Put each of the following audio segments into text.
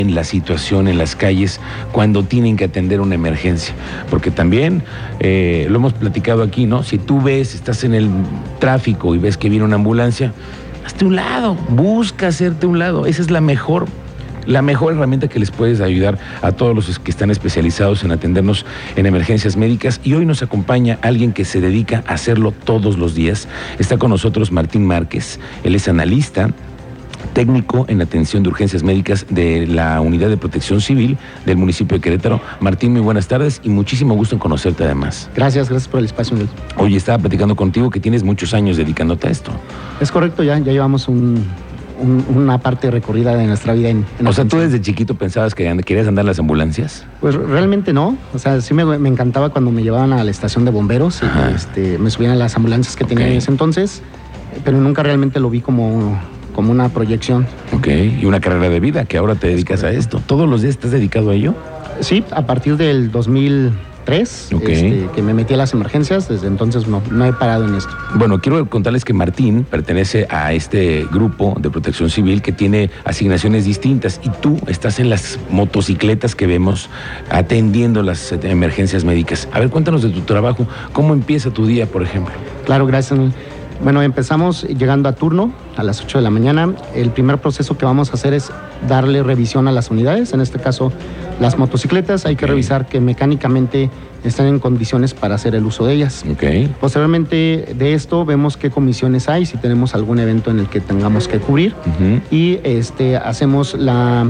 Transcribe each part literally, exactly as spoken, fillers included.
en la situación en las calles cuando tienen que atender una emergencia, porque también eh, lo hemos platicado aquí, ¿no? Si tú ves, estás en el tráfico y ves que viene una ambulancia, hazte un lado, busca hacerte un lado. Esa es la mejor la mejor herramienta que les puedes ayudar a todos los que están especializados en atendernos en emergencias médicas. Y hoy nos acompaña alguien que se dedica a hacerlo todos los días. Está con nosotros Martín Márquez. Él es analista, técnico en atención de urgencias médicas de la Unidad de Protección Civil del municipio de Querétaro. Martín, muy buenas tardes y muchísimo gusto en conocerte además. Gracias, gracias por el espacio, Miguel. Oye, estaba platicando contigo que tienes muchos años dedicándote a esto. Es correcto, ya, ya llevamos un, un, una parte recorrida de nuestra vida en, en O sea, ¿tú desde chiquito pensabas que querías andar en las ambulancias? Pues realmente no, o sea, sí me, me encantaba cuando me llevaban a la estación de bomberos, y, este, me subían a las ambulancias que tenía okay. en ese entonces, pero nunca realmente lo vi como... como una proyección. Ok, y una carrera de vida que ahora te dedicas a esto. ¿Todos los días estás dedicado a ello? Sí, a partir del dos mil tres, okay. este, que me metí a las emergencias, desde entonces no, no he parado en esto. Bueno, quiero contarles que Martín pertenece a este grupo de protección civil que tiene asignaciones distintas y tú estás en las motocicletas que vemos atendiendo las emergencias médicas. A ver, cuéntanos de tu trabajo. ¿Cómo empieza tu día, por ejemplo? Claro, gracias. Bueno, empezamos llegando a turno a las ocho de la mañana. El primer proceso que vamos a hacer es darle revisión a las unidades, en este caso las motocicletas. Hay que revisar que mecánicamente estén en condiciones para hacer el uso de ellas. Okay. Posteriormente de esto vemos qué comisiones hay, si tenemos algún evento en el que tengamos que cubrir. Uh-huh. Y este, hacemos la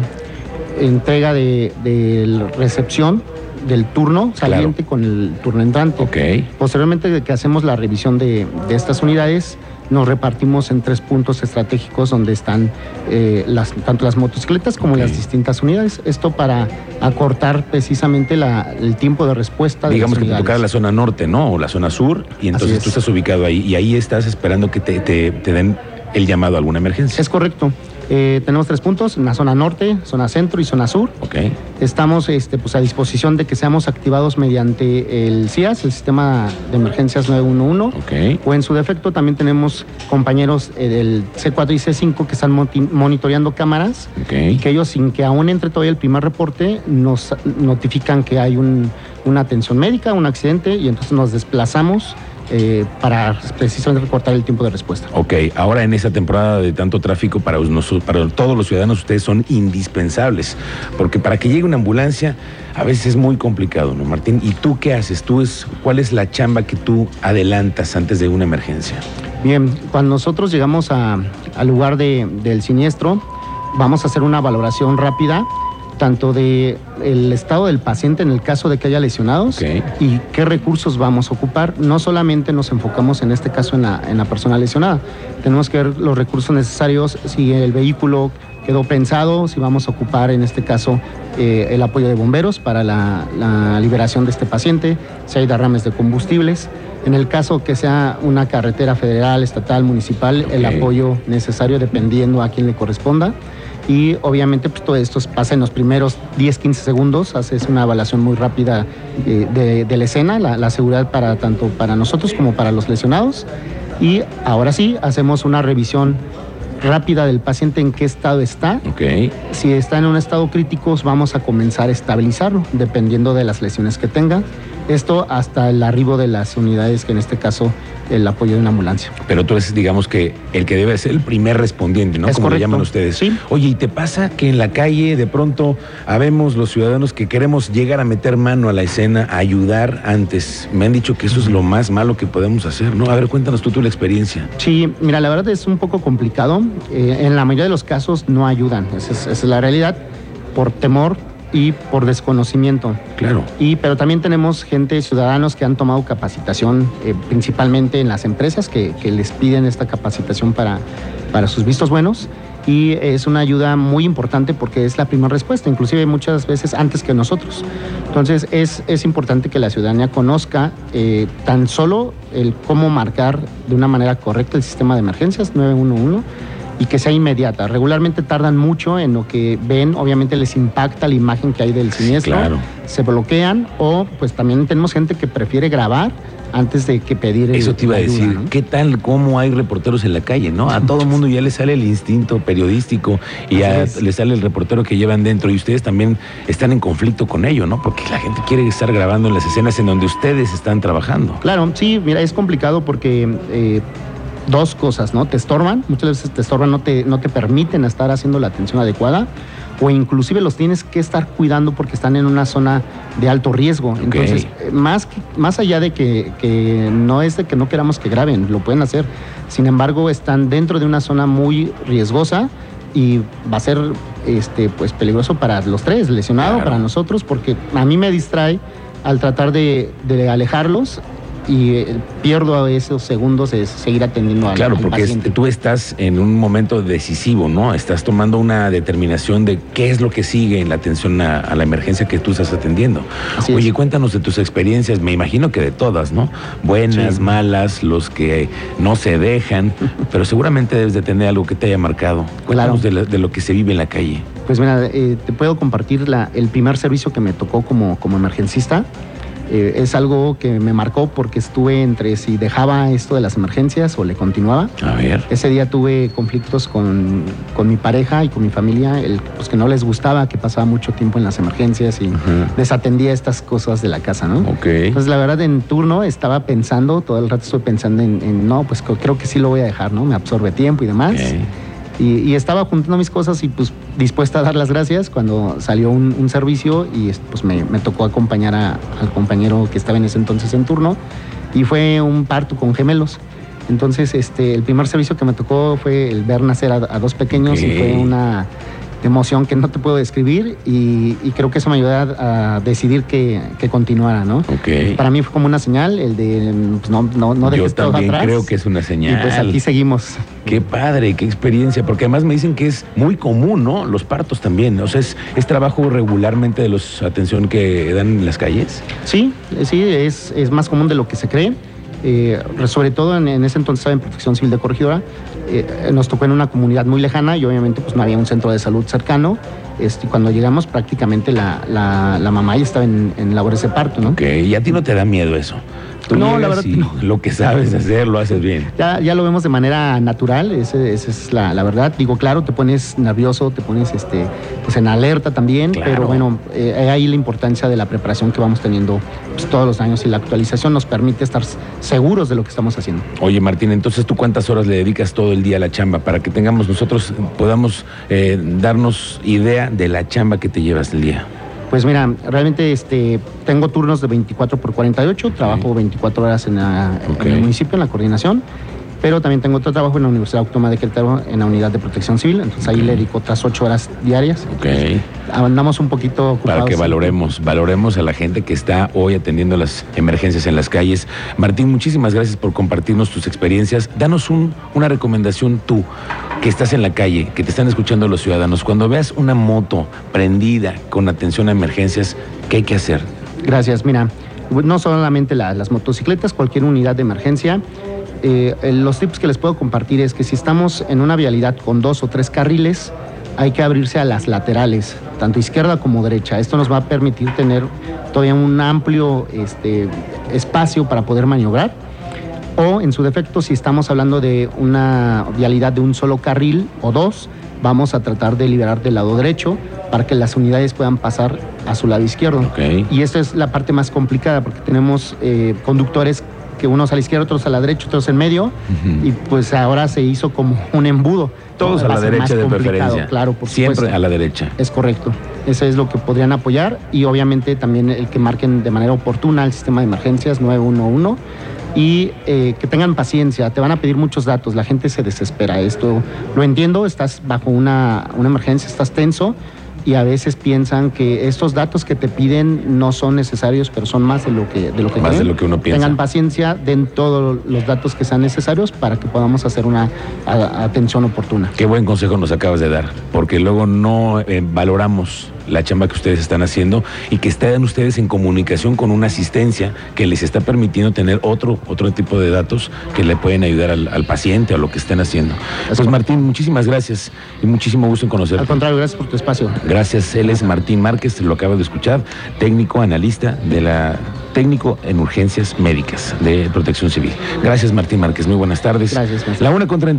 entrega de, de recepción del turno saliente, claro, con el turno entrante. Okay. Posteriormente de que hacemos la revisión de, de estas unidades, nos repartimos en tres puntos estratégicos donde están eh, las, tanto las motocicletas como okay. las distintas unidades. Esto para acortar precisamente la, el tiempo de respuesta. Digamos de que te tocara la zona norte, ¿no? O la zona sur, y entonces tú estás ubicado ahí y ahí estás esperando que te, te, te den el llamado a alguna emergencia. Es correcto. Eh, tenemos tres puntos, en la zona norte, zona centro y zona sur. Okay. Estamos este, pues, a disposición de que seamos activados mediante el C I A S, el Sistema de Emergencias nueve uno uno. Okay. O en su defecto también tenemos compañeros eh, del C cuatro y C cinco que están monitoreando cámaras. Okay. Y que ellos, sin que aún entre todavía el primer reporte, nos notifican que hay un, una atención médica, un accidente, y entonces nos desplazamos Eh, para precisamente recortar el tiempo de respuesta. Ok, ahora en esta temporada de tanto tráfico para, nosotros, para todos los ciudadanos, ustedes son indispensables, porque para que llegue una ambulancia a veces es muy complicado, ¿no, Martín? ¿Y tú qué haces? ¿Tú es, ¿Cuál es la chamba que tú adelantas antes de una emergencia? Bien, cuando nosotros llegamos a, al lugar de, del siniestro, vamos a hacer una valoración rápida tanto de el estado del paciente en el caso de que haya lesionados, okay, y qué recursos vamos a ocupar. No solamente nos enfocamos en este caso en la, en la persona lesionada, tenemos que ver los recursos necesarios, si el vehículo quedó pensado, si vamos a ocupar en este caso eh, el apoyo de bomberos para la, la liberación de este paciente, si hay derrames de combustibles. En el caso que sea una carretera federal, estatal, municipal, okay, el apoyo necesario dependiendo a quién le corresponda. Y obviamente pues todo esto pasa en los primeros diez, quince segundos, haces una evaluación muy rápida eh, de, de la escena, la, la seguridad para tanto para nosotros como para los lesionados. Y ahora sí, hacemos una revisión rápida del paciente en qué estado está. Okay. Si está en un estado crítico, vamos a comenzar a estabilizarlo, dependiendo de las lesiones que tenga. Esto hasta el arribo de las unidades, que en este caso el apoyo de una ambulancia. Pero tú eres, digamos que el que debe ser el primer respondiente, ¿no? Es Como correcto. le llaman ustedes. Sí. Oye, ¿y te pasa que en la calle de pronto habemos los ciudadanos que queremos llegar a meter mano a la escena, a ayudar antes? Me han dicho que eso es lo más malo que podemos hacer, ¿no? A ver, cuéntanos tú tu experiencia. Sí, mira, la verdad es un poco complicado. Eh, en la mayoría de los casos no ayudan. Esa es, esa es la realidad. Por temor y por desconocimiento. Claro. Y, pero también tenemos gente, ciudadanos que han tomado capacitación, eh, principalmente en las empresas que, que les piden esta capacitación para, para sus vistos buenos. Y es una ayuda muy importante porque es la primera respuesta, inclusive muchas veces antes que nosotros. Entonces es, es importante que la ciudadanía conozca eh, tan solo el cómo marcar de una manera correcta el sistema de emergencias nueve uno uno, y que sea inmediata. Regularmente tardan mucho en lo que ven, obviamente les impacta la imagen que hay del siniestro, claro, se bloquean, o pues también tenemos gente que prefiere grabar antes de que pedir el, Eso te iba a ayuda, decir, ¿no? ¿qué tal cómo hay reporteros en la calle, no? A todo mundo ya le sale el instinto periodístico y ya le sale el reportero que llevan dentro y ustedes también están en conflicto con ello, ¿no? Porque la gente quiere estar grabando en las escenas en donde ustedes están trabajando. Claro, sí, mira, es complicado porque eh, dos cosas, ¿no? Te estorban, muchas veces te estorban, no te, no te permiten estar haciendo la atención adecuada, o inclusive los tienes que estar cuidando porque están en una zona de alto riesgo. Okay. Entonces, más, que, más allá de que, que no es de que no queramos que graben, lo pueden hacer. Sin embargo, están dentro de una zona muy riesgosa y va a ser este, pues, peligroso para los tres, lesionado, claro, para nosotros, porque a mí me distrae al tratar de, de alejarlos y eh, pierdo esos segundos de seguir atendiendo al, claro, al porque paciente. Es, tú estás en un momento decisivo, ¿no? Estás tomando una determinación de qué es lo que sigue en la atención a, a la emergencia que tú estás atendiendo. Así Oye, es. Cuéntanos de tus experiencias, me imagino que de todas, ¿no? Buenas, sí, malas, los que no se dejan, pero seguramente debes de tener algo que te haya marcado. Cuéntanos claro. de, la, de lo que se vive en la calle. Pues mira, eh, te puedo compartir la, el primer servicio que me tocó como, como emergencista. Eh, es algo que me marcó porque estuve entre si dejaba esto de las emergencias o le continuaba. A ver. Ese día tuve conflictos con, con mi pareja y con mi familia, el, pues que no les gustaba, que pasaba mucho tiempo en las emergencias y uh-huh. desatendía estas cosas de la casa, ¿no? Ok. Entonces, la verdad, en turno estaba pensando, todo el rato estuve pensando en, en no, pues creo que sí lo voy a dejar, ¿no? Me absorbe tiempo y demás. Okay. Y, y estaba juntando mis cosas y pues dispuesta a dar las gracias cuando salió un, un servicio y pues me, me tocó acompañar a, al compañero que estaba en ese entonces en turno y fue un parto con gemelos. Entonces este, el primer servicio que me tocó fue el ver nacer a, a dos pequeños. Okay. Y fue una emoción que no te puedo describir y, y creo que eso me ayudó a, a decidir que, que continuara, ¿no? Okay. Para mí fue como una señal el de pues no, no, no dejes todo atrás. Yo también creo que es una señal. Y pues aquí seguimos. Qué padre, qué experiencia, porque además me dicen que es muy común, ¿no? Los partos también, o sea, ¿es, es trabajo regularmente de los atención que dan en las calles? Sí, sí, es, es más común de lo que se cree. Eh, sobre todo en, en ese entonces estaba en Protección Civil de Corregidora, eh, nos tocó en una comunidad muy lejana y obviamente pues no había un centro de salud cercano. Este, cuando llegamos prácticamente la, la, la mamá ya estaba en, en labores de parto, ¿no? Ok, ¿y a ti no te da miedo eso? Tú no, la verdad no. Lo que sabes hacer, lo haces bien. Ya, ya lo vemos de manera natural, esa es la, la verdad. Digo, claro, te pones nervioso, te pones este, pues en alerta también, claro. Pero bueno, eh, ahí la importancia de la preparación que vamos teniendo pues, todos los años y la actualización nos permite estar seguros de lo que estamos haciendo. Oye, Martín, entonces, ¿tú cuántas horas le dedicas todo el día a la chamba para que tengamos nosotros, podamos eh, darnos idea de la chamba que te llevas el día? Pues mira, realmente este, tengo turnos de veinticuatro por cuarenta y ocho, okay. Trabajo veinticuatro horas en, la, okay. en el municipio, en la coordinación, pero también tengo otro trabajo en la Universidad Autónoma de Querétaro, en la unidad de protección civil, entonces okay. ahí le dedico otras ocho horas diarias. Okay. Andamos un poquito ocupados. Para que valoremos, ¿sí? valoremos a la gente que está hoy atendiendo las emergencias en las calles. Martín, muchísimas gracias por compartirnos tus experiencias. Danos un, una recomendación tú, que estás en la calle, que te están escuchando los ciudadanos. Cuando veas una moto prendida con atención a emergencias, ¿qué hay que hacer? Gracias. Mira, no solamente la, las motocicletas, cualquier unidad de emergencia. Eh, los tips que les puedo compartir es que si estamos en una vialidad con dos o tres carriles, hay que abrirse a las laterales, tanto izquierda como derecha. Esto nos va a permitir tener todavía un amplio este, espacio para poder maniobrar. O en su defecto, si estamos hablando de una vialidad de un solo carril o dos, vamos a tratar de liberar del lado derecho para que las unidades puedan pasar a su lado izquierdo. Okay. Y esta es la parte más complicada porque tenemos eh, conductores que unos a la izquierda, otros a la derecha, otros en medio, uh-huh. y pues ahora se hizo como un embudo. Todos a la derecha de preferencia. Claro, por Siempre supuesto. a la derecha. Es correcto. Eso es lo que podrían apoyar y obviamente también el que marquen de manera oportuna el sistema de emergencias nueve uno uno y eh, que tengan paciencia. Te van a pedir muchos datos, la gente se desespera. Esto lo entiendo, estás bajo una, una emergencia, estás tenso y a veces piensan que estos datos que te piden no son necesarios, pero son más de lo que de lo que más creen. de lo que uno piensa. Tengan paciencia, den todos los datos que sean necesarios para que podamos hacer una a, atención oportuna. Qué buen consejo nos acabas de dar, porque luego no eh, valoramos la chamba que ustedes están haciendo y que estén ustedes en comunicación con una asistencia que les está permitiendo tener otro, otro tipo de datos que le pueden ayudar al, al paciente o lo que estén haciendo. Pues Martín, muchísimas gracias y muchísimo gusto en conocerte. Al contrario, gracias por tu espacio. Gracias, él es Martín Márquez, lo acabo de escuchar, técnico analista de la técnico en urgencias médicas de Protección Civil. Gracias, Martín Márquez, muy buenas tardes. Gracias. La una con treinta.